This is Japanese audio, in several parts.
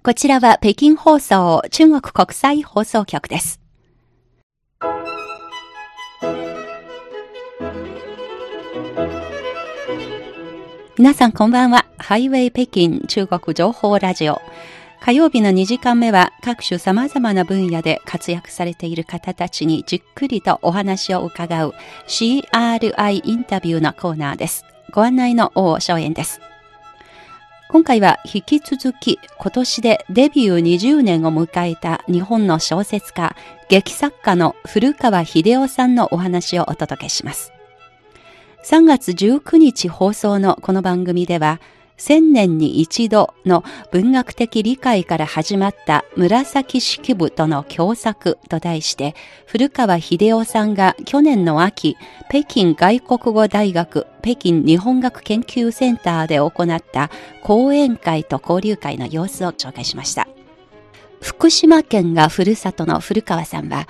こちらは北京放送中国国際放送局です。皆さんこんばんは。ハイウェイ北京中国情報ラジオ。火曜日の2時間目は各種様々な分野で活躍されている方たちにじっくりとお話を伺う CRI インタビューのコーナーです。ご案内の王正円です。今回は引き続き今年でデビュー20年を迎えた日本の小説家、劇作家の古川英夫さんのお話をお届けします。3月19日放送のこの番組では、1000年に一度の文学的理解から始まった紫式部との共作と題して、古川英夫さんが去年の秋、北京外国語大学北京日本学研究センターで行った講演会と交流会の様子を紹介しました。福島県がふるさとの古川さんは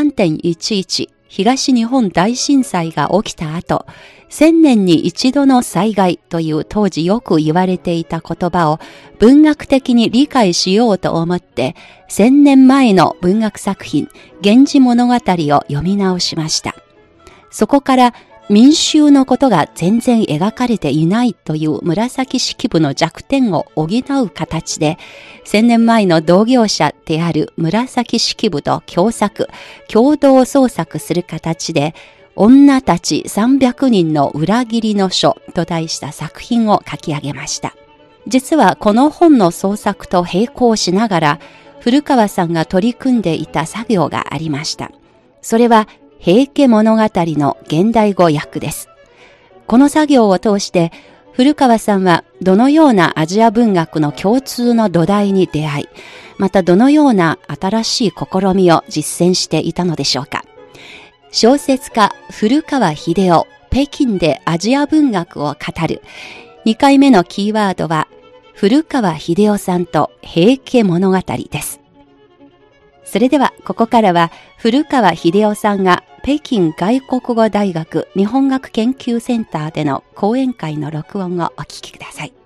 3.11 東日本大震災が起きた後、1000年に一度の災害という当時よく言われていた言葉を文学的に理解しようと思って1000年前の文学作品源氏物語を読み直しました。そこから民衆のことが全然描かれていないという紫式部の弱点を補う形で1000年前の同業者である紫式部と共同創作する形で女たち300人の裏切りの書と題した作品を書き上げました。実はこの本の創作と並行しながら古川さんが取り組んでいた作業がありました。それは平家物語の現代語訳です。この作業を通して古川さんはどのようなアジア文学の共通の土台に出会い、またどのような新しい試みを実践していたのでしょうか。小説家古川英夫、北京でアジア文学を語る。2回目のキーワードは古川英夫さんと平家物語です。それではここからは古川英夫さんが北京外国語大学日本学研究センターでの講演会の録音をお聞きください。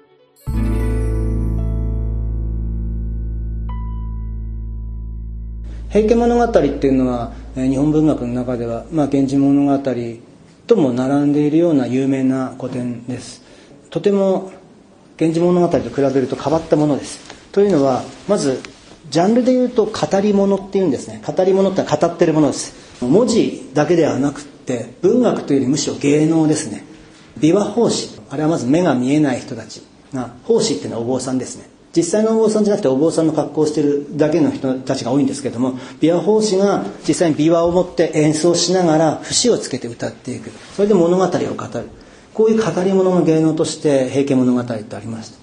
平家物語っていうのは日本文学の中では、源氏物語とも並んでいるような有名な古典です。とても源氏物語と比べると変わったものです。というのはまずジャンルでいうと語り物っていうんですね。語り物って語ってるものです。文字だけではなくって文学というよりむしろ芸能ですね。琵琶法師、あれはまず目が見えない人たちが、法師っていうのはお坊さんですね。実際のお坊さんじゃなくてお坊さんの格好をしているだけの人たちが多いんですけども、琵琶法師が実際に琵琶を持って演奏しながら節をつけて歌っていく。それで物語を語る。こういう語り物の芸能として平家物語ってありました。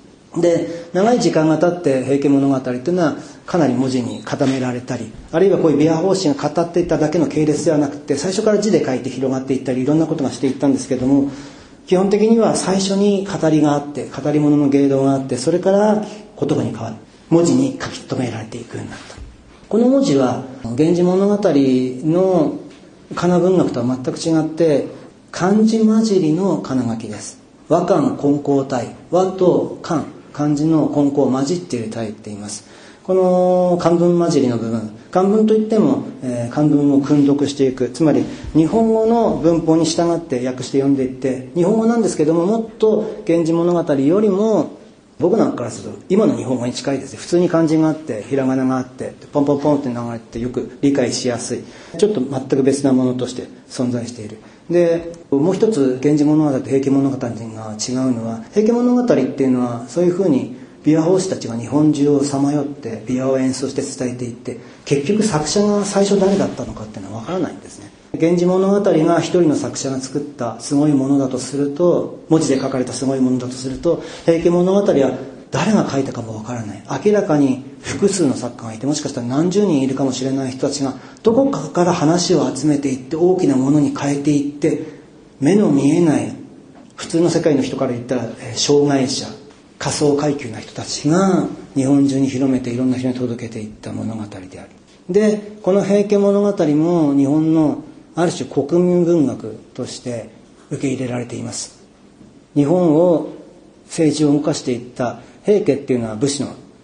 で、長い時間が経って平家物語っていうのはかなり文字に固められたり、あるいはこういう琵琶法師が語っていただけの系列ではなくて、最初から字で書いて広がっていったりいろんなことがしていったんですけども、基本的には最初に語りがあって、語り物の芸能があって、それから言葉に変わる、文字に書き留められていくようになった。この文字は源氏物語の仮名文学とは全く違って漢字混じりの仮名書きです。和漢混交体、和と漢字の混交混じっている体って言います。この漢文混じりの部分、漢文といっても、漢文を訓読していく、つまり日本語の文法に従って訳して読んでいって、日本語なんですけども、もっと源氏物語よりも僕なんかからすると今の日本語に近いですね。普通に漢字があってひらがながあってポンポンポンって流れてよく理解しやすい、ちょっと全く別なものとして存在している。で、もう一つ源氏物語と平家物語が違うのは、平家物語っていうのはそういうふうに琵琶法師たちが日本中をさまよって琵琶を演奏して伝えていって、結局作者が最初誰だったのかっていうのは分からないんですね。源氏物語が一人の作者が作ったすごいものだとすると、文字で書かれたすごいものだとすると、平家物語は誰が書いたかもわからない。明らかに複数の作家がいて、もしかしたら何十人いるかもしれない人たちがどこかから話を集めていって大きなものに変えていって、目の見えない普通の世界の人から言ったら障害者、仮想階級な人たちが日本中に広めていろんな人に届けていった物語である。で、この平家物語も日本のある種国民文学として受け入れられています。日本を政治を動かしていった平家っていうのは武士の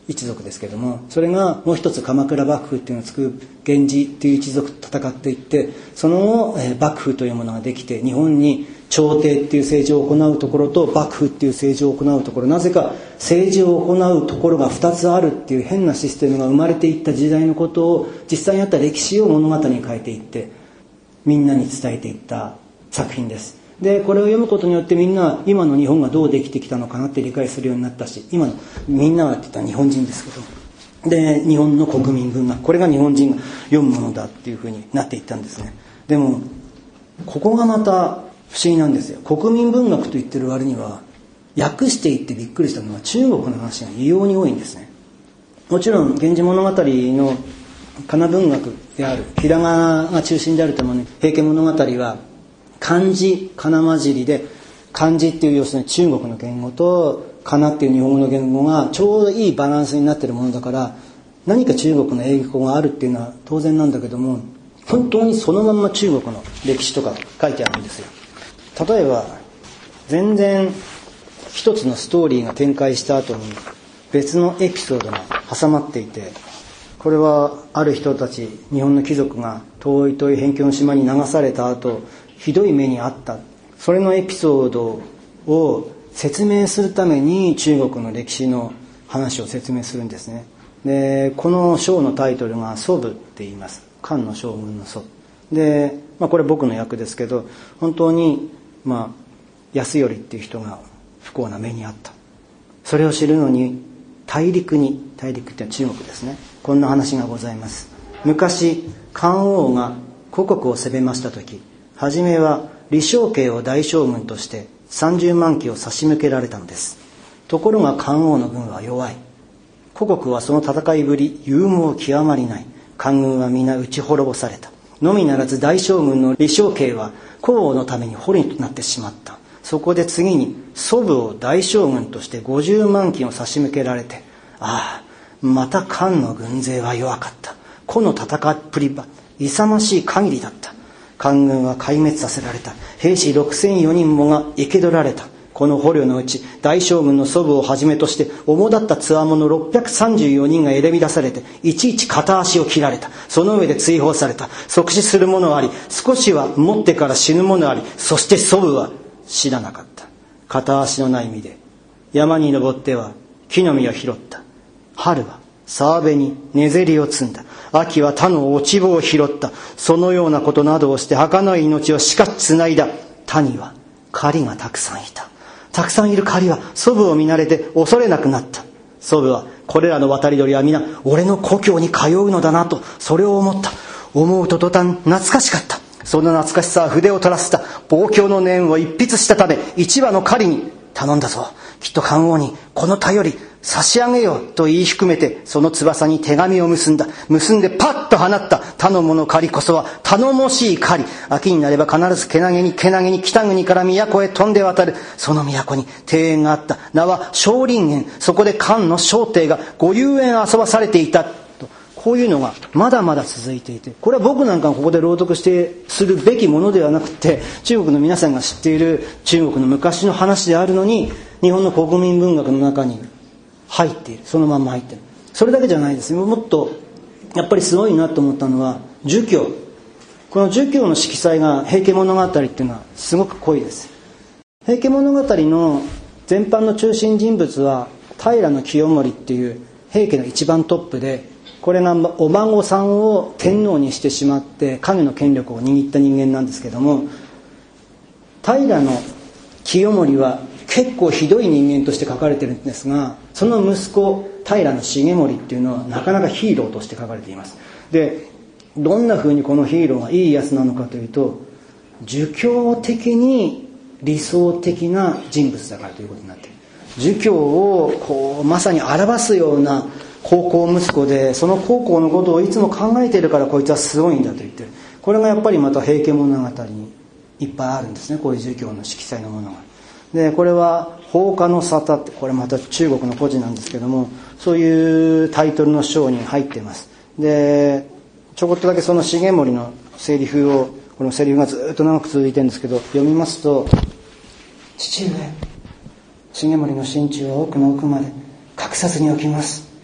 一族ですけども、それがもう一つ鎌倉幕府っていうのを作る源氏っていう一族と戦っていって、その後、幕府というものができて、日本に朝廷っていう政治を行うところと幕府っていう政治を行うところ、なぜか政治を行うところが2つあるっていう変なシステムが生まれていった時代のことを、実際にあった歴史を物語に変えていってみんなに伝えていった作品です。でこれを読むことによってみんな今の日本がどうできてきたのかなって理解するようになったし、今のみんなはって言ったら日本人ですけど、で日本の国民文学、これが日本人が読むものだっていうふうになっていったんですね。でもここがまた不思議なんですよ。国民文学と言ってる割には訳していってびっくりしたのは中国の話が異様に多いんですね。もちろん源氏物語の仮名文学であるひらがなが中心であるために平家物語は漢字仮名混じりで、漢字っていう要するに中国の言語と仮名っていう日本語の言語がちょうどいいバランスになっているものだから、何か中国の英語があるっていうのは当然なんだけども、本当にそのまんま中国の歴史とか書いてあるんですよ。例えば全然一つのストーリーが展開した後に別のエピソードが挟まっていて、これはある人たち、日本の貴族が遠い辺境の島に流された後ひどい目に遭った、それのエピソードを説明するために中国の歴史の話を説明するんですね。でこの章のタイトルが祖父って言います。漢の将軍の祖で、これ僕の役ですけど、本当に安頼っていう人が不幸な目に遭った。それを知るのに大陸ってのは中国ですね。こんな話がございます。昔漢王が故国を攻めました時、はじめは李昌慶を大将軍として30万騎を差し向けられたのです。ところが漢王の軍は弱い。故国はその戦いぶり勇猛極まりない。官軍は皆打ち滅ぼされた。のみならず大将軍の李昌慶は孔王のために捕虜となってしまった。そこで次に祖父を大将軍として50万騎を差し向けられて、また漢の軍勢は弱かった。個の戦っぷりは勇ましい限りだった。官軍は壊滅させられた。兵士6004人もが生け捕られた。この捕虜のうち大将軍の祖母をはじめとして主だった強者634人が選び出されて、いちいち片足を切られた。その上で追放された。即死する者あり、少しは持ってから死ぬ者あり、そして祖母は死ななかった。片足のない身で山に登っては木の実を拾った。春は沢辺に根ぜりを摘んだ。秋は他の落ち穂を拾った。そのようなことなどをして儚い命をしかしつないだ。他には狩りがたくさんいた。たくさんいる狩りは祖母を見慣れて恐れなくなった。祖母はこれらの渡り鳥は皆俺の故郷に通うのだなとそれを思った。思うと途端懐かしかった。その懐かしさは筆を取らせた。望郷の念を一筆したため一羽の狩りに頼んだぞ。きっと漢王にこの便り差し上げようと言い含めて、その翼に手紙を結んだ。結んでパッと放った。他の者狩りこそは頼もしい狩り。秋になれば必ずけなげに北国から都へ飛んで渡る。その都に庭園があった。名は少林園。そこで漢の小帝がご遊園遊ばされていたと。こういうのがまだまだ続いていて、これは僕なんかがここで朗読するべきものではなくて、中国の皆さんが知っている中国の昔の話であるのに、日本の国民文学の中に入っている。そのまんま入っている。それだけじゃないですね。もっとやっぱりすごいなと思ったのは儒教。この儒教の色彩が平家物語っていうのはすごく濃いです。平家物語の全般の中心人物は平清盛っていう平家の一番トップで、これがお孫さんを天皇にしてしまって影の権力を握った人間なんですけども、平清盛は結構ひどい人間として書かれてるんですが、その息子平重盛っていうのはなかなかヒーローとして書かれています。で、どんな風にこのヒーローがいいやつなのかというと、儒教的に理想的な人物だからということになっている。儒教をまさに表すような高校息子で、その高校のことをいつも考えているからこいつはすごいんだと言ってる。これがやっぱりまた平家物語にいっぱいあるんですね。こういう儒教の色彩のものが。でこれは放火の沙汰って、これまた中国の故事なんですけども、そういうタイトルの章に入っています。でちょこっとだけその重盛のセリフを、このセリフがずっと長く続いてるんですけど、読みますと、父上、重盛の心中は奥の奥まで隠さずにおきます。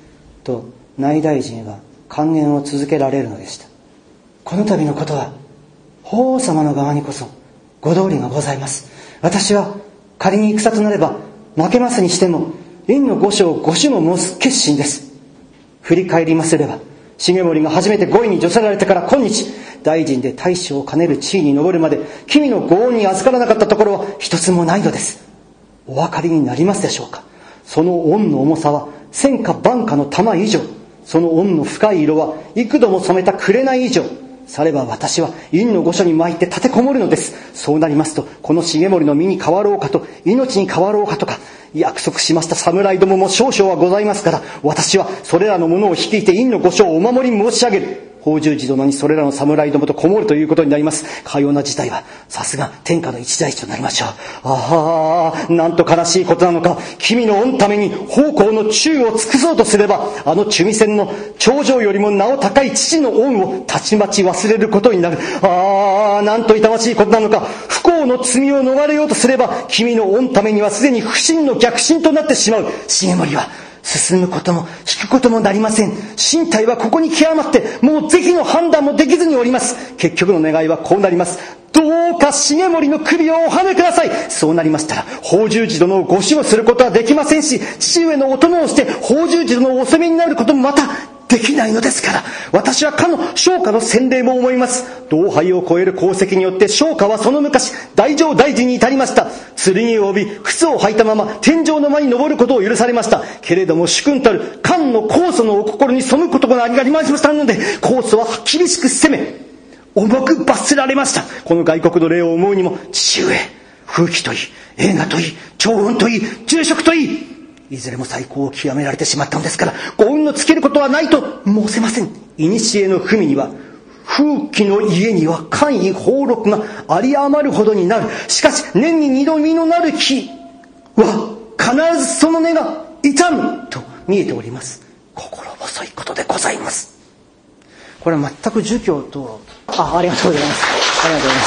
と内大臣は諫言を続けられるのでした。この度のことは法皇様の側にこそご道理がございます。私は仮に戦となれば負けますにしても院の御所を御主も申す決心です。振り返りますれば、重盛が初めて御位に叙せられてから今日、大臣で大将を兼ねる地位に上るまで君のご恩に預からなかったところは一つもないのです。お分かりになりますでしょうか。その恩の重さは千花万花の玉以上、その恩の深い色は幾度も染めた紅以上。されば私は院の御所に参って立てこもるのです。そうなりますと、この重盛の身に変わろうかと、命に変わろうかとか約束しました侍どもも少々はございますから、私はそれらのものを率いて院の御所をお守り申し上げる。法重寺殿にそれらの侍どもとこもるということになります。かような事態はさすが天下の一大事となりましょう。ああ、なんと悲しいことなのか。君の御ために奉公の忠を尽くそうとすれば、あの忠味戦の頂上よりも名を高い父の恩をたちまち忘れることになる。ああ、なんと痛ましいことなのか。不幸の罪を逃れようとすれば、君の御ためにはすでに不信の逆進となってしまう。重盛は進むことも引くこともなりません。身体はここに極まってもう是非の判断もできずにおります。結局の願いはこうなります。どうか重盛の首をおはねください。そうなりましたら法重寺殿をご守護することはできませんし、父上のお供をして法重寺殿をお責めになることもまたできないのですから、私はかの商家の洗礼も思います。同輩を超える功績によって商家はその昔大乗大臣に至りました。剣を帯び靴を履いたまま天井の間に登ることを許されました。けれども主君たる漢の高祖のお心に背くことがありましたので、高祖は厳しく責め重く罰せられました。この外国の例を思うにも、父上、風紀といい、映画といい、長恩といい、住職といい、いずれも最高を極められてしまったのですから、ご運のつけることはないと申せません。古の文には、風紀の家には官位俸禄が有り余るほどになる。しかし年に二度実のなる日は必ずその根が傷むと見えております。心細いことでございます。これは全く儒教とありがとうございます。ありがとうございます。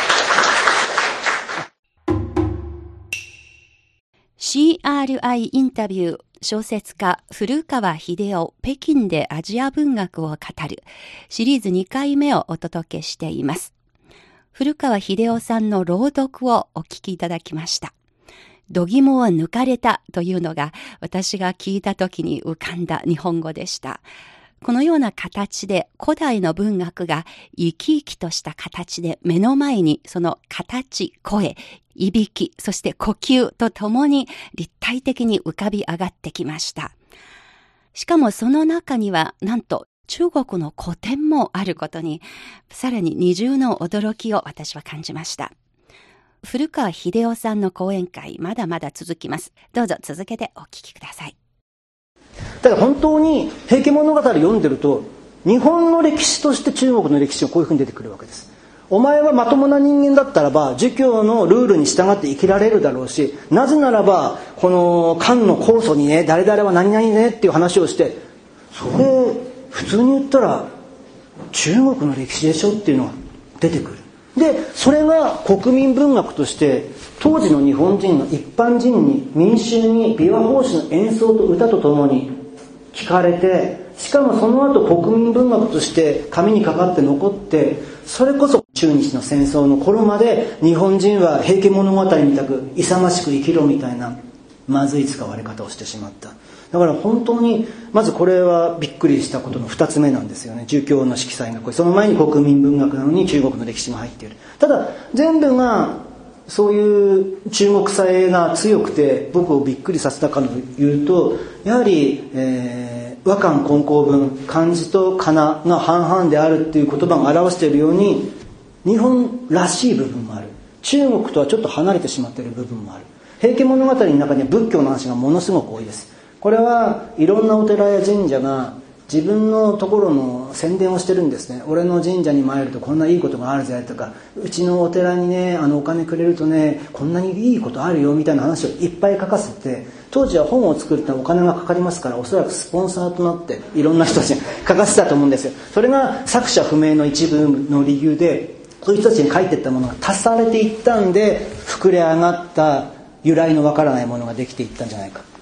CRI インタビュー、小説家古川英夫北京でアジア文学を語るシリーズ2回目をお届けしています。古川英夫さんの朗読をお聞きいただきました。度肝を抜かれたというのが私が聞いた時に浮かんだ日本語でした。このような形で古代の文学が生き生きとした形で目の前にその形、声、いびき、そして呼吸とともに立体的に浮かび上がってきました。しかもその中にはなんと中国の古典もあることに、さらに二重の驚きを私は感じました。古川英夫さんの講演会、まだまだ続きます。どうぞ続けてお聞きください。 ただ本当に平家物語を読んでると、日本の歴史として中国の歴史がこういうふうに出てくるわけです。お前はまともな人間だったらば儒教のルールに従って生きられるだろうし、なぜならばこの漢の高祖にね、誰々は何々ねっていう話をして、それ普通に言ったら中国の歴史でしょっていうのが出てくる。でそれが国民文学として当時の日本人の一般人に、民衆に琵琶法師の演奏と歌とともに聞かれて、しかもその後国民文学として紙にかかって残って、それこそ中日の戦争の頃まで日本人は平家物語みたく勇ましく生きろみたいなまずい使われ方をしてしまった。だから本当にまずこれはびっくりしたことの2つ目なんですよね。儒教の色彩がこれ、その前に国民文学なのに中国の歴史も入っている。ただ全部がそういう中国性が強くて僕をびっくりさせたかというと、やはり、和漢混交文、漢字と仮名が半々であるっていう言葉が表しているように、日本らしい部分もある。中国とはちょっと離れてしまっている部分もある。平家物語の中には仏教の話がものすごく多いです。これはいろんなお寺や神社が自分のところの宣伝をしてるんですね。俺の神社に参るとこんないいことがあるぜとか、うちのお寺にねお金くれるとねこんなにいいことあるよみたいな話をいっぱい書かせて、当時は本を作るとお金がかかりますから、おそらくスポンサーとなっていろんな人たちに書かせたと思うんですよ。それが作者不明の一部の理由で、そういう人たちに書いていったものが足されていったんで、膨れ上がった由来のわからないものができていったんじゃないか。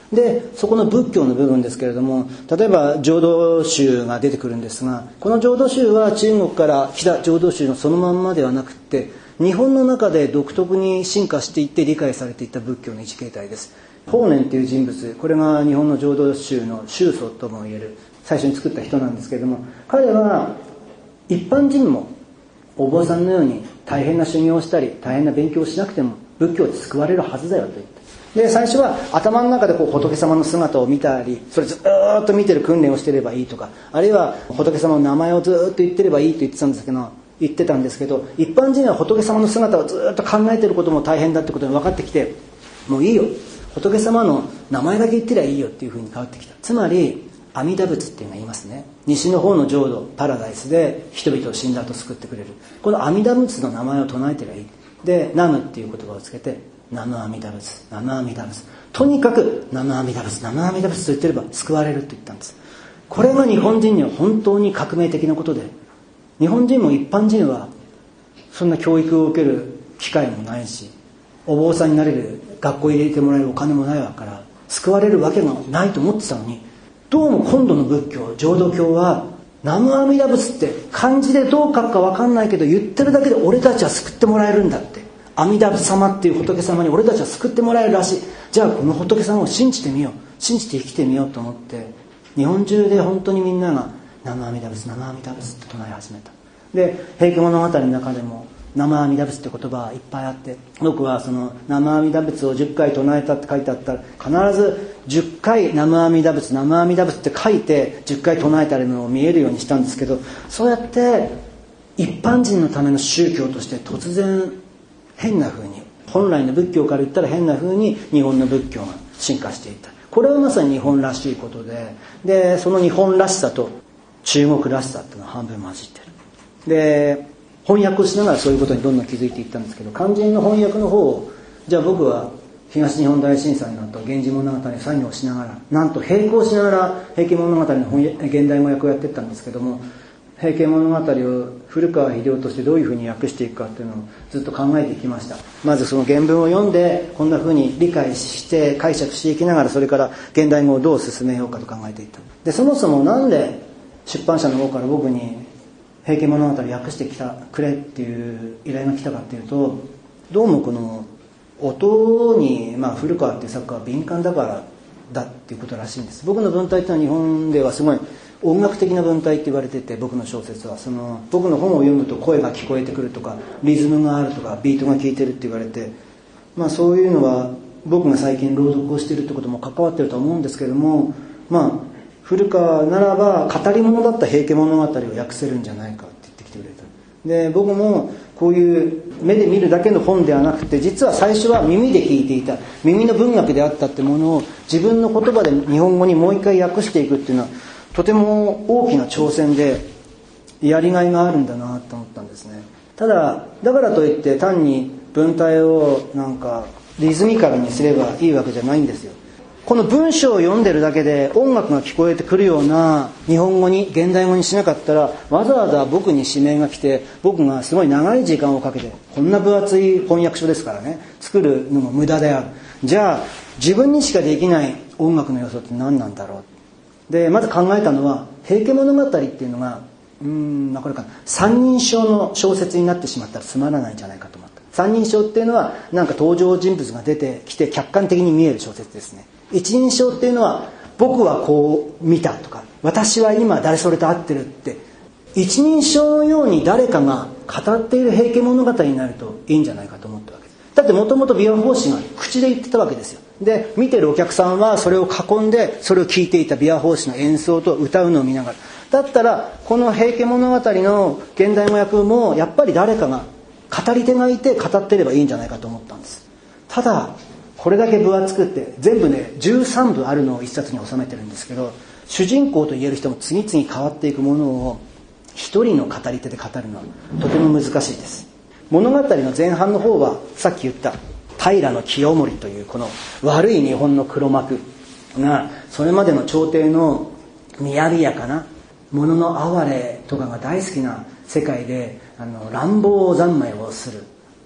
でそこの仏教の部分ですけれども、例えば浄土宗が出てくるんですが、この浄土宗は中国から来た浄土宗のそのまんまではなくって日本の中で独特に進化していって理解されていった仏教の一形態です。法然という人物、これが日本の浄土宗の宗祖ともいえる最初に作った人なんですけれども、彼は一般人もお坊さんのように大変な修行をしたり大変な勉強をしなくても仏教で救われるはずだよと言って、で最初は頭の中で仏様の姿を見たり、それずっと見てる訓練をしてればいいとか、あるいは仏様の名前をずっと言ってればいいと言ってたんですけど、一般人は仏様の姿をずっと考えてることも大変だってことが分かってきて、もういいよ、仏様の名前だけ言ってりゃいいよっていうふうに変わってきた。つまり阿弥陀仏っていうのが言いますね。西の方の浄土パラダイスで人々を死んだ後救ってくれる、この阿弥陀仏の名前を唱えてりゃいい。でナムっていう言葉をつけて、ナム阿弥陀仏、ナム阿弥陀仏、とにかくナム阿弥陀仏、ナム阿弥陀仏と言ってれば救われると言ったんです。これが日本人には本当に革命的なことで、日本人も一般人はそんな教育を受ける機会もないし、お坊さんになれる学校入れてもらえるお金もないわから救われるわけがないと思ってたのに、どうも今度の仏教浄土教は南無阿弥陀仏って漢字でどう書くか分かんないけど言ってるだけで俺たちは救ってもらえるんだって、阿弥陀様っていう仏様に俺たちは救ってもらえるらしい、じゃあこの仏様を信じてみよう、信じて生きてみようと思って、日本中で本当にみんなが南無阿弥陀仏、南無阿弥陀仏って唱え始めた。で平家物語の中でも南無阿弥陀仏って言葉はいっぱいあって、僕はその南無阿弥陀仏を10回唱えたって書いてあったら必ず10回南無阿弥陀仏、南無阿弥陀仏って書いて10回唱えたのを見えるようにしたんですけど、そうやって一般人のための宗教として突然変な風に、本来の仏教から言ったら変な風に日本の仏教が進化していった。これはまさに日本らしいことで、その日本らしさと中国らしさっていうのは半分混じってる。で翻訳をしながらそういうことにどんどん気づいていったんですけど、肝心の翻訳の方を、じゃあ僕は東日本大震災の後源氏物語に作業をしながら、なんと並行しながら平家物語の現代語訳をやっていったんですけども、平家物語を古川英夫としてどういうふうに訳していくかっていうのをずっと考えていきました。まずその原文を読んでこんなふうに理解して解釈していきながら、それから現代語をどう進めようかと考えていった。でそもそもなんで出版社の方から僕に平家物語訳してくれっていう依頼が来たかっていうと、どうもこの音に、古川っていう作家は敏感だからだっていうことらしいんです。僕の文体ってのは日本ではすごい音楽的な文体って言われてて、僕の小説はその僕の本を読むと声が聞こえてくるとかリズムがあるとかビートが効いてるって言われて、そういうのは僕が最近朗読をしているってことも関わってると思うんですけども、古川ならば語り物だった平家物語を訳せるんじゃないかって言ってきてくれた。で僕もこういう目で見るだけの本ではなくて、実は最初は耳で聞いていた耳の文学であったってものを自分の言葉で日本語にもう一回訳していくっていうのはとても大きな挑戦でやりがいがあるんだなと思ったんですね。ただだからといって単に文体をなんかリズミカルにすればいいわけじゃないんですよ。この文章を読んでるだけで音楽が聞こえてくるような日本語に現代語にしなかったら、わざわざ僕に指名が来て僕がすごい長い時間をかけて、こんな分厚い翻訳書ですからね、作るのも無駄である。じゃあ自分にしかできない音楽の要素って何なんだろう。でまず考えたのは、平家物語っていうのがこれか三人称の小説になってしまったらつまらないんじゃないかと思った。三人称っていうのはなんか登場人物が出てきて客観的に見える小説ですね。一人称っていうのは僕はこう見たとか、私は今誰それと会ってるって、一人称のように誰かが語っている平家物語になるといいんじゃないかと思ったわけです。だってもともと琵琶法師が口で言ってたわけですよ。で見てるお客さんはそれを囲んでそれを聞いていた、琵琶法師の演奏と歌うのを見ながら。だったらこの平家物語の現代語訳もやっぱり誰かが語り手がいて語ってればいいんじゃないかと思ったんです。ただこれだけ分厚くって全部ね13部あるのを一冊に収めてるんですけど、主人公と言える人も次々変わっていくものを一人の語り手で語るのはとても難しいです。物語の前半の方はさっき言った平清盛というこの悪い日本の黒幕がそれまでの朝廷の雅やかな物の哀れとかが大好きな世界で乱暴三昧をする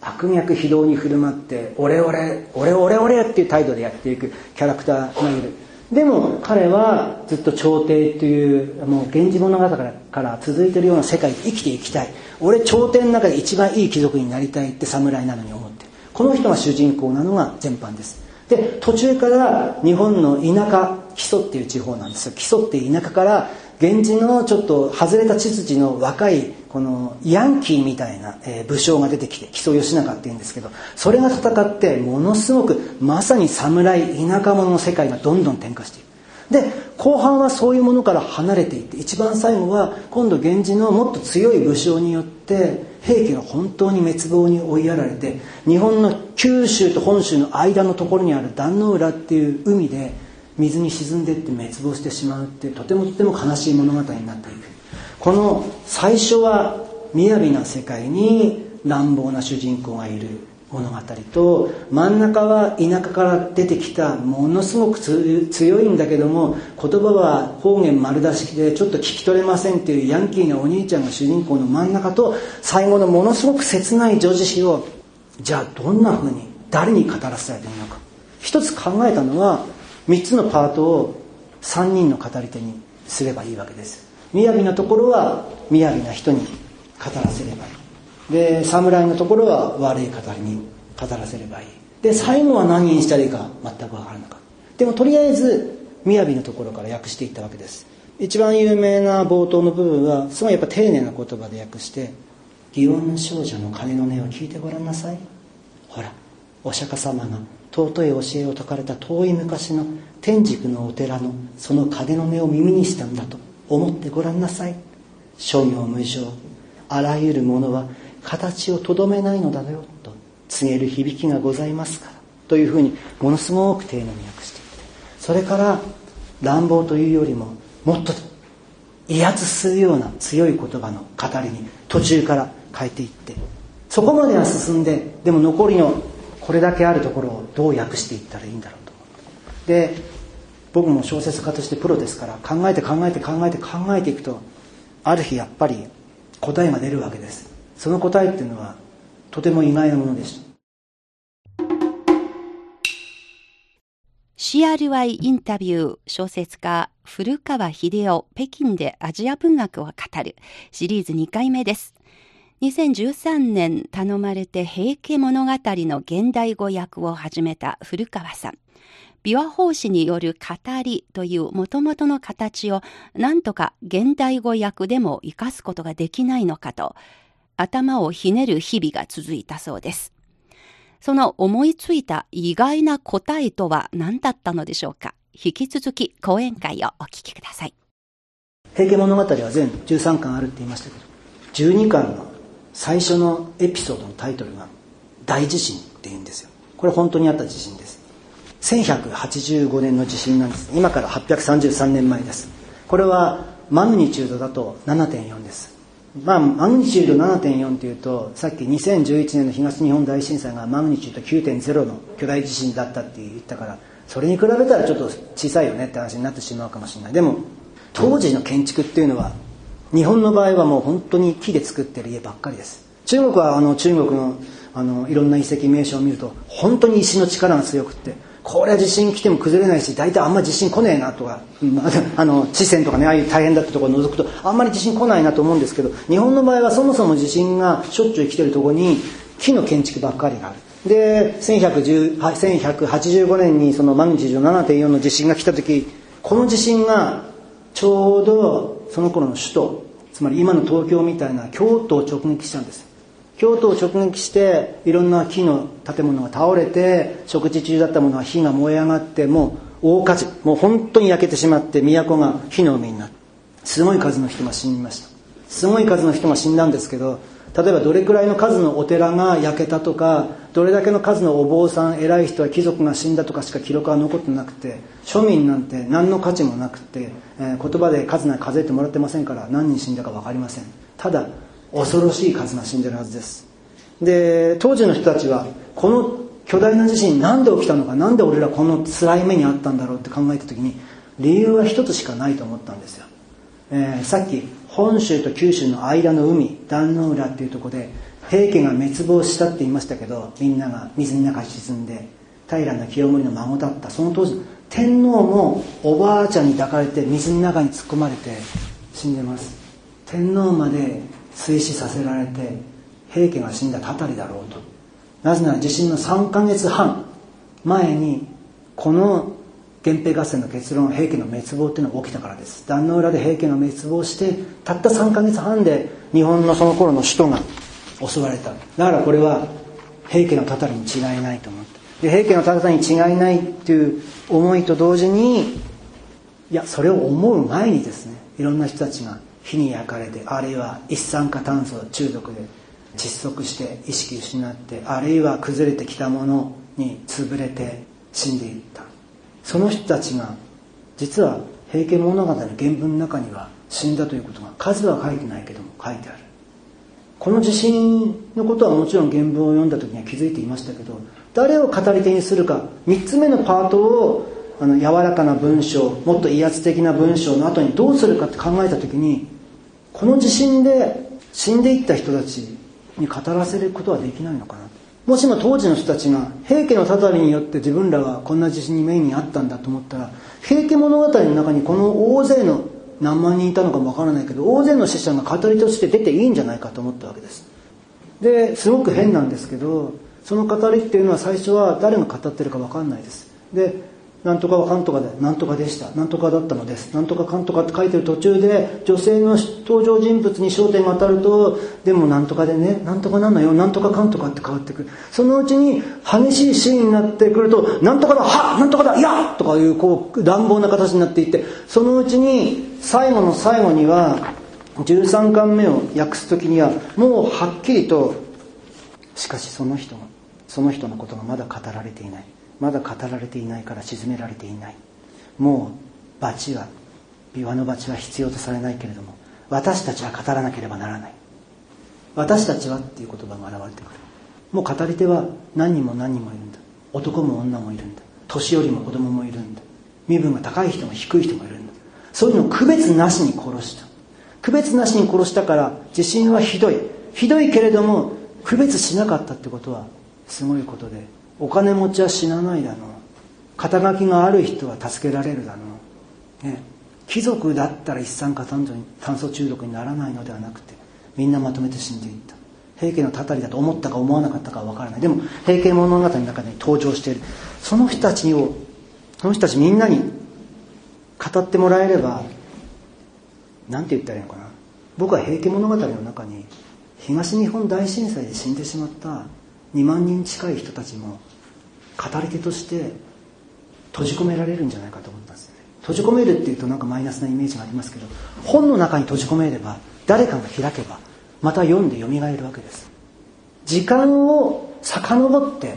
悪逆非道に振る舞って俺っていう態度でやっていくキャラクターがいる。でも彼はずっと朝廷というもう源氏物語から続いているような世界で生きていきたい、俺朝廷の中で一番いい貴族になりたいって侍なのに思ってる。この人が主人公なのが全般です。で途中から日本の田舎木曽っていう地方なんですよ。木曽っていう田舎から源氏のちょっと外れた血筋の若いこのヤンキーみたいな武将が出てきて、木曽義仲っていうんですけど、それが戦ってものすごくまさに侍田舎者の世界がどんどん転化している。で後半はそういうものから離れていって、一番最後は今度源氏のもっと強い武将によって平家が本当に滅亡に追いやられて、日本の九州と本州の間のところにある壇ノ浦っていう海で水に沈んでいって滅亡してしまうっていう、とても悲しい物語になっていく。この最初は雅な世界に乱暴な主人公がいる物語と、真ん中は田舎から出てきたものすごく強いんだけども言葉は方言丸出しでちょっと聞き取れませんっていうヤンキーなお兄ちゃんが主人公の真ん中と、最後のものすごく切ない女子誌をじゃあどんな風に誰に語らせられているのか。一つ考えたのは3つのパートを3人の語り手にすればいいわけです。雅なところは雅な人に語らせればいい。で侍のところは悪い語りに語らせればいい。で最後は何にしたらいいか全く分からなかった。でもとりあえず雅のところから訳していったわけです。一番有名な冒頭の部分はすごいやっぱ丁寧な言葉で訳して、祇園の少女の鐘の音を聞いてごらんなさい。ほらお釈迦様が尊い教えを説かれた遠い昔の天竺のお寺のその鐘の音を耳にしたんだと思ってごらんなさい。諸行無常、あらゆるものは形をとどめないのだよと告げる響きがございますから、というふうにものすごく丁寧に訳していって、それから乱暴というよりももっと威圧するような強い言葉の語りに途中から変えていって、そこまでは進んで、でも残りのこれだけあるところをどう訳していったらいいんだろうと思って、で僕も小説家としてプロですから考えていくと、ある日やっぱり答えが出るわけです。その答えっていうのはとても意外なものでした。 CRI インタビュー、小説家古川英夫北京でアジア文学を語るシリーズ2回目です。2013年頼まれて平家物語の現代語訳を始めた古川さん。琵琶法師による語りという元々の形を何とか現代語訳でも生かすことができないのかと頭をひねる日々が続いたそうです。その思いついた意外な答えとは何だったのでしょうか。引き続き講演会をお聞きください。 平家物語は全13巻あるって言いましたけど、12巻の最初のエピソードのタイトルが大地震って言うんですよ。これ本当にあった地震です。1185年の地震なんです。今から833年前です。これはマグニチュードだと 7.4 です。マグニチュード 7.4 というと、さっき2011年の東日本大震災がマグニチュード 9.0 の巨大地震だったって言ったから、それに比べたらちょっと小さいよねって話になってしまうかもしれない。でも当時の建築っていうのは、日本の場合はもう本当に木で作ってる家ばっかりです。中国は中国のいろんな遺跡名所を見ると本当に石の力が強くって、これは地震来ても崩れないし、大体あんまり地震来ねえなとか、四川とかね、ああいう大変だったところを除くとあんまり地震来ないなと思うんですけど、日本の場合はそもそも地震がしょっちゅう来てるところに木の建築ばっかりがある。で1185年にそのマグニチュード 7.4 の地震が来た時、この地震がちょうどその頃の首都、つまり今の東京みたいな京都を直撃したんです。京都を直撃していろんな木の建物が倒れて、食事中だったものは火が燃え上がって、もう大火事、もう本当に焼けてしまって都が火の海になって、すごい数の人が死にました。すごい数の人が死んだんですけど、例えばどれくらいの数のお寺が焼けたとか、どれだけの数のお坊さん、偉い人は貴族が死んだとかしか記録は残ってなくて、庶民なんて何の価値もなくて、言葉で数なんか数えてもらってませんから何人死んだか分かりません。ただ恐ろしい数が死んでるはずです。で当時の人たちはこの巨大な地震なんで起きたのか、なんで俺らこの辛い目にあったんだろうって考えた時に、理由は一つしかないと思ったんですよ。さっき本州と九州の間の海、壇ノ浦っていうところで平家が滅亡したって言いましたけど、みんなが水の中に沈んで平清盛の孫だった。その当時天皇もおばあちゃんに抱かれて水の中に突っ込まれて死んでます。天皇まで水死させられて平家が死んだたたりだろうと。なぜなら地震の3ヶ月半前にこの源平合戦の結論、平家の滅亡っていうのが起きたからです。壇ノ浦で平家の滅亡してたった3ヶ月半で日本のその頃の首都が襲われた。だからこれは平家のたたりに違いないと思って、で平家のたたりに違いないっていう思いと同時に、いやそれを思う前にですね、いろんな人たちが火に焼かれて、あるいは一酸化炭素中毒で窒息して意識失って、あるいは崩れてきたものに潰れて死んでいった。その人たちが実は平家物語の原文の中には死んだということが数は書いてないけども書いてある。この地震のことはもちろん原文を読んだ時には気づいていましたけど、誰を語り手にするか、3つ目のパートを柔らかな文章、もっと威圧的な文章の後にどうするかって考えた時に、この地震で死んでいった人たちに語らせることはできないのかな。もしも当時の人たちが平家のたたりによって自分らはこんな地震に目にあったんだと思ったら、平家物語の中にこの大勢の何万人いたのかもわからないけど、大勢の死者が語りとして出ていいんじゃないかと思ったわけです。ですごく変なんですけど、その語りっていうのは最初は誰が語ってるかわかんないです。で、なんとかはかんとかで、なんとかでした、なんとかだったのです、なんとかかんとかって書いてる途中で女性の登場人物に焦点が当たると、でもなんとかでね、なんとかなんのよ、なんとかかんとかって変わってくる。そのうちに激しいシーンになってくると、なんとかだ、はっ、なんとかだ、いやとかいうこう乱暴な形になっていって、そのうちに最後の最後には13巻目を訳すときにはもうはっきりと、しかしその人のことがまだ語られていない、まだ語られていないから沈められていない。もう罰は、琵琶の罰は必要とされないけれども、私たちは語らなければならない。私たちはっていう言葉が現れてくる。もう語り手は何人も何人もいるんだ。男も女もいるんだ。年寄りも子供もいるんだ。身分が高い人も低い人もいるんだ。そういうのを区別なしに殺した。区別なしに殺したから地震はひどい。ひどいけれども区別しなかったってことはすごいことで、お金持ちは死なないだろう、肩書きがある人は助けられるだろう、ね、貴族だったら一酸化炭素中毒にならないのではなくて、みんなまとめて死んでいった。平家のたたりだと思ったか思わなかったかは分からない。でも平家物語の中に登場しているその人たちみんなに語ってもらえれば、なんて言ったらいいのかな。僕は平家物語の中に東日本大震災で死んでしまった2万人近い人たちも語り手として閉じ込められるんじゃないかと思ったんですよね。閉じ込めるっていうとなんかマイナスなイメージがありますけど、本の中に閉じ込めれば誰かが開けばまた読んで蘇るわけです。時間を遡って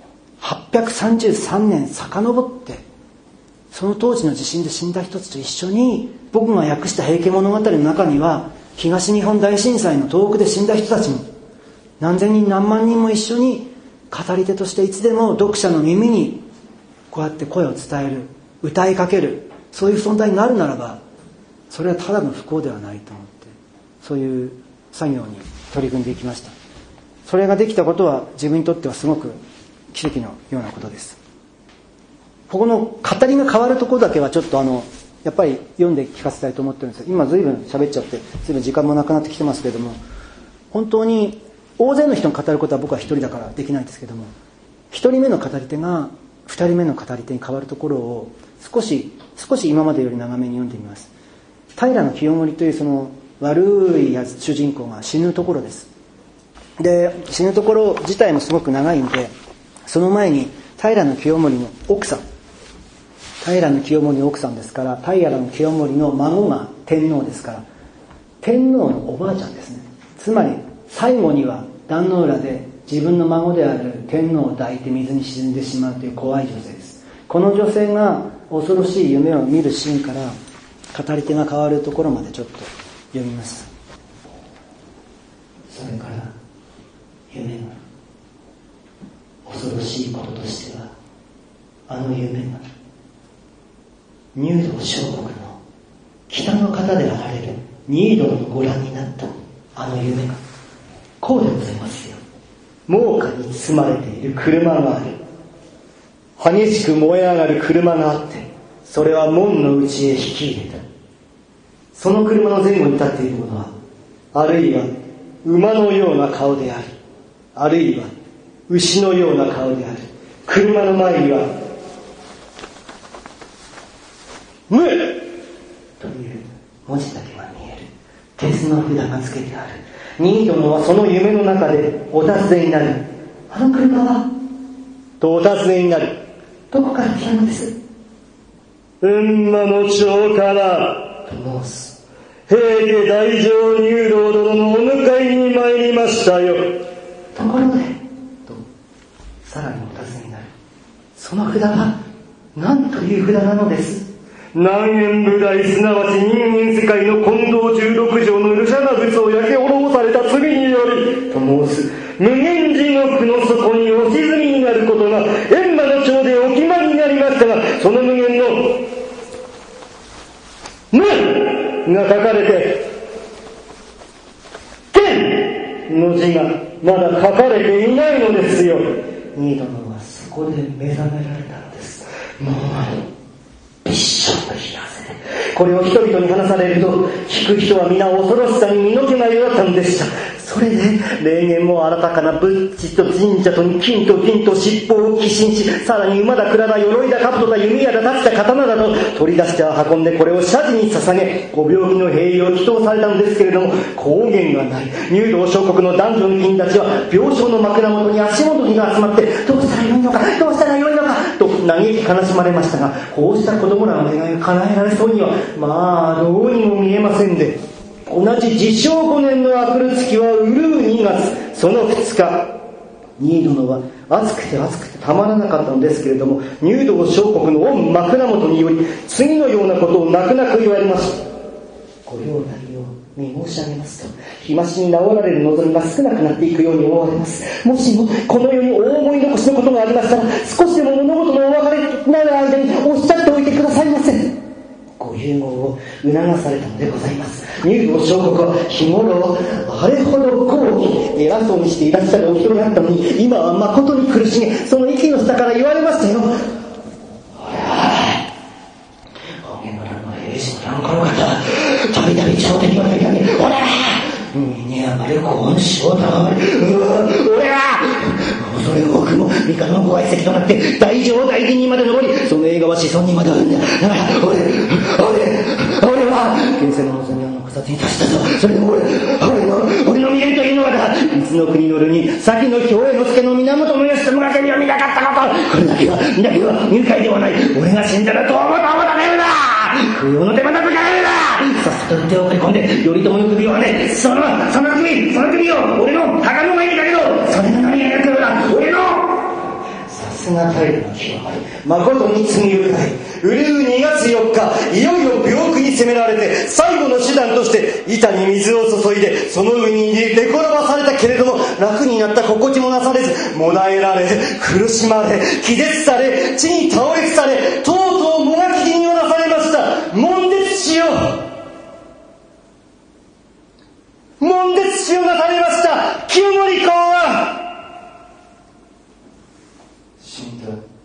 833年遡って、その当時の地震で死んだ人たちと一緒に、僕が訳した平家物語の中には東日本大震災の東北で死んだ人たちも何千人何万人も一緒に語り手としていつでも読者の耳にこうやって声を伝える、歌いかける、そういう存在になるならば、それはただの不幸ではないと思って、そういう作業に取り組んでいきました。それができたことは自分にとってはすごく奇跡のようなことです。ここの語りが変わるところだけはちょっとやっぱり読んで聞かせたいと思ってるんです。今随分喋っちゃって随分時間もなくなってきてますけれども、本当に大勢の人に語ることは僕は一人だからできないんですけども、一人目の語り手が二人目の語り手に変わるところを少し今までより長めに読んでみます。平清盛というその悪い主人公が死ぬところです。で、死ぬところ自体もすごく長いんで、その前に平清盛の奥さん、平清盛の奥さんですから、平清盛の孫が天皇ですから、天皇のおばあちゃんですね。つまり最後には壇ノ浦で自分の孫である天皇を抱いて水に沈んでしまうという怖い女性です。この女性が恐ろしい夢を見るシーンから語り手が変わるところまでちょっと読みます。それから夢が、恐ろしいこととしては、あの夢が入道小国の北の方であられるニードルのご覧になったあの夢がこうでございますよ。猛火に包まれている車がある。激しく燃え上がる車があって、それは門の内へ引き入れた。その車の前後に立っているものは、あるいは馬のような顔であり、あるいは牛のような顔である。車の前には無という文字だけが見える。鉄の札がつけてある。ニー殿はその夢の中でお尋ねになる。あの車はとお尋ねになる。どこから来たのです。雲間の町からと申す。平家大乗入道殿のお迎えに参りましたよ。ところでとさらにお尋ねになる。その札は何という札なのです。南縁部大、すなわち人間世界の近藤16条のルシャナ仏を焼け滅ぼされた罪によりと申す。無限地獄の底にお沈みになることが閻魔の町でお決まりになりましたが、その無限の無が書かれて、天の字がまだ書かれていないのですよ。ニー殿はそこで目覚められたのです。もうびっしょりと冷や汗で、これを人々に話されると聞く人は皆恐ろしさに身の毛がよだったのでした。それで霊言も新たかな仏地と神社とに金と銀と尻尾を寄進し、さらに馬だ鞍だ鎧だ兜だ弓矢だ太刀だ刀だと取り出して運んで、これを社寺に捧げ、ご病気の併用を祈祷されたのですけれども、光源がない。入道諸国の男女の議員たちは病床の枕元に足元にが集まって、どうしたらよいのかどうしたらよいのかと嘆き悲しまれましたが、こうした子供らの願いが叶えられそうにはまあどうにも見えませんで、同じ治承5年の明くる月はうるう2月、その2日、ニー殿は暑くて暑くてたまらなかったのですけれども、入道小国の御枕元により次のようなことを泣く泣く言われました。ご容体を見申し上げますと、日増しに治られる望みが少なくなっていくように思われます。もしもこの世に大思い残しのことがありましたら、少しでも物事のお別れになる間におっしゃっておいてくださいませ。ご融合を促されたのでございます。入道小国は日頃あれほど豪に偉そうにしていらっしゃるお人であったのに、今は誠に苦しげ、その息の下から言われましたよ。おげのらの兵士の乱この方、たびたび朝敵を呼びかけ、おらにあまり今週だ、俺は恐れ多くも三河のご愛席となって大乗大義にまで上り、その映画は子孫にまで及んだ。だから俺は現世の望みを草津に達したぞ。それでも俺の未練というのはだ、いつの国のるに先の兵衛之助の源義朝が手には見なかったこと、これだけは入会ではない。俺が死んだらどうもだめよな、不要の手間だとかやるな。さっさと手を振り込んで頼朝の首をはね、その首を俺の墓の前にかけろ。それが何がやってるんだ、俺の。さすが態度の極まり、誠に罪深い。うるう2月4日、いよいよ病苦に責められて、最後の手段として板に水を注いでその上に寝転ばされたけれども、楽になった心地もなされず、もだえられ苦しまれ気絶され地に倒れされ、とうとうもがきになされました。悶絶死をなされました。清盛公は死んだ。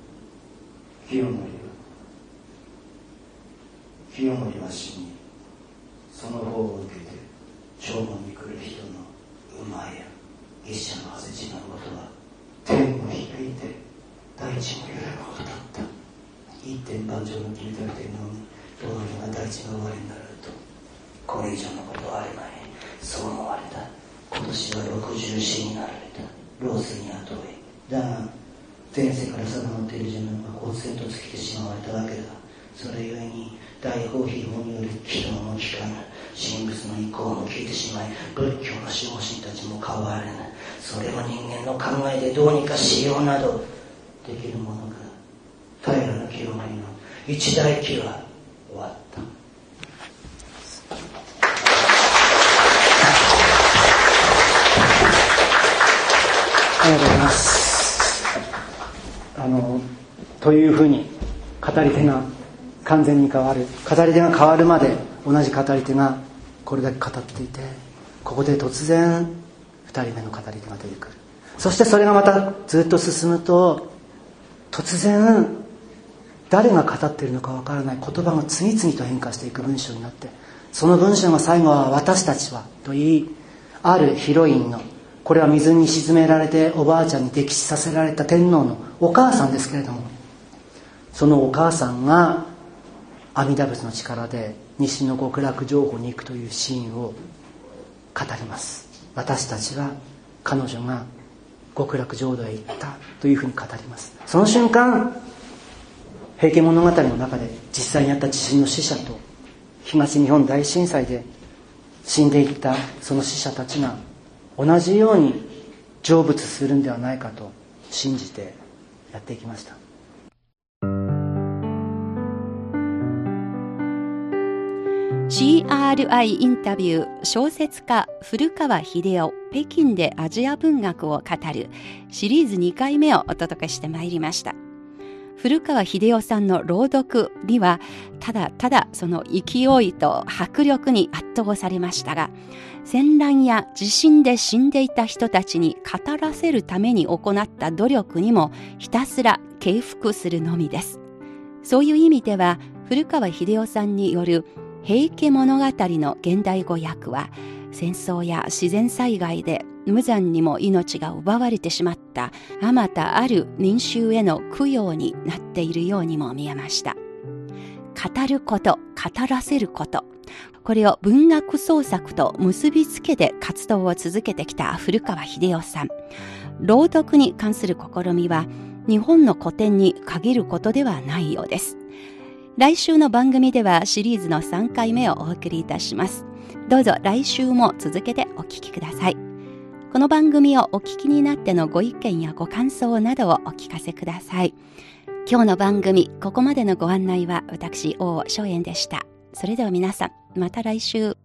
清盛は死に、その方を受けて弔問に来る人の馬や牛車のはせ違うことは天を開いて大地も揺れるほどだった。一点万丈の君たる天皇にどのような大地が終わりになると、これ以上のことはあれまい。そう思われた。今年は64になられた。老衰に後追いだが、前世から定まっている寿命が忽然と尽きてしまわれたわけだ。それゆえに大法秘法による祈祷も聞かぬ、神仏の意向も聞いてしまい、仏教の守護神たちも変われぬ。それを人間の考えでどうにかしようなどできるものか。平清盛の一大期は終わった。 ありがとうございます。というふうに語り手が完全に変わる、語り手が変わるまで同じ語り手がこれだけ語っていて、ここで突然 2人目の語り手が出てくる。そしてそれがまたずっと進むと、突然誰が語っているのかわからない言葉が次々と変化していく文章になって、その文章が最後は私たちはと言い、あるヒロインの、これは水に沈められておばあちゃんに溺死させられた天皇のお母さんですけれども、そのお母さんが阿弥陀仏の力で西の極楽浄土に行くというシーンを語ります。私たちは彼女が極楽浄土へ行ったというふうに語ります。その瞬間、平家物語の中で実際にあった地震の死者と東日本大震災で死んでいったその死者たちが同じように成仏するんではないかと信じてやっていきました。 CRI インタビュー、小説家古川英夫、北京でアジア文学を語るシリーズ2回目をお届けしてまいりました。古川英夫さんの朗読にはただただその勢いと迫力に圧倒されましたが、戦乱や地震で死んでいた人たちに語らせるために行った努力にもひたすら敬服するのみです。そういう意味では古川英夫さんによる平家物語の現代語訳は、戦争や自然災害で無残にも命が奪われてしまったあまたある民衆への供養になっているようにも見えました。語ること、語らせること、これを文学創作と結びつけて活動を続けてきた古川英夫さん。朗読に関する試みは日本の古典に限ることではないようです。来週の番組ではシリーズの3回目をお送りいたします。どうぞ来週も続けてお聞きください。この番組をお聞きになってのご意見やご感想などをお聞かせください。今日の番組、ここまでのご案内は私、大正円でした。それでは皆さん、また来週。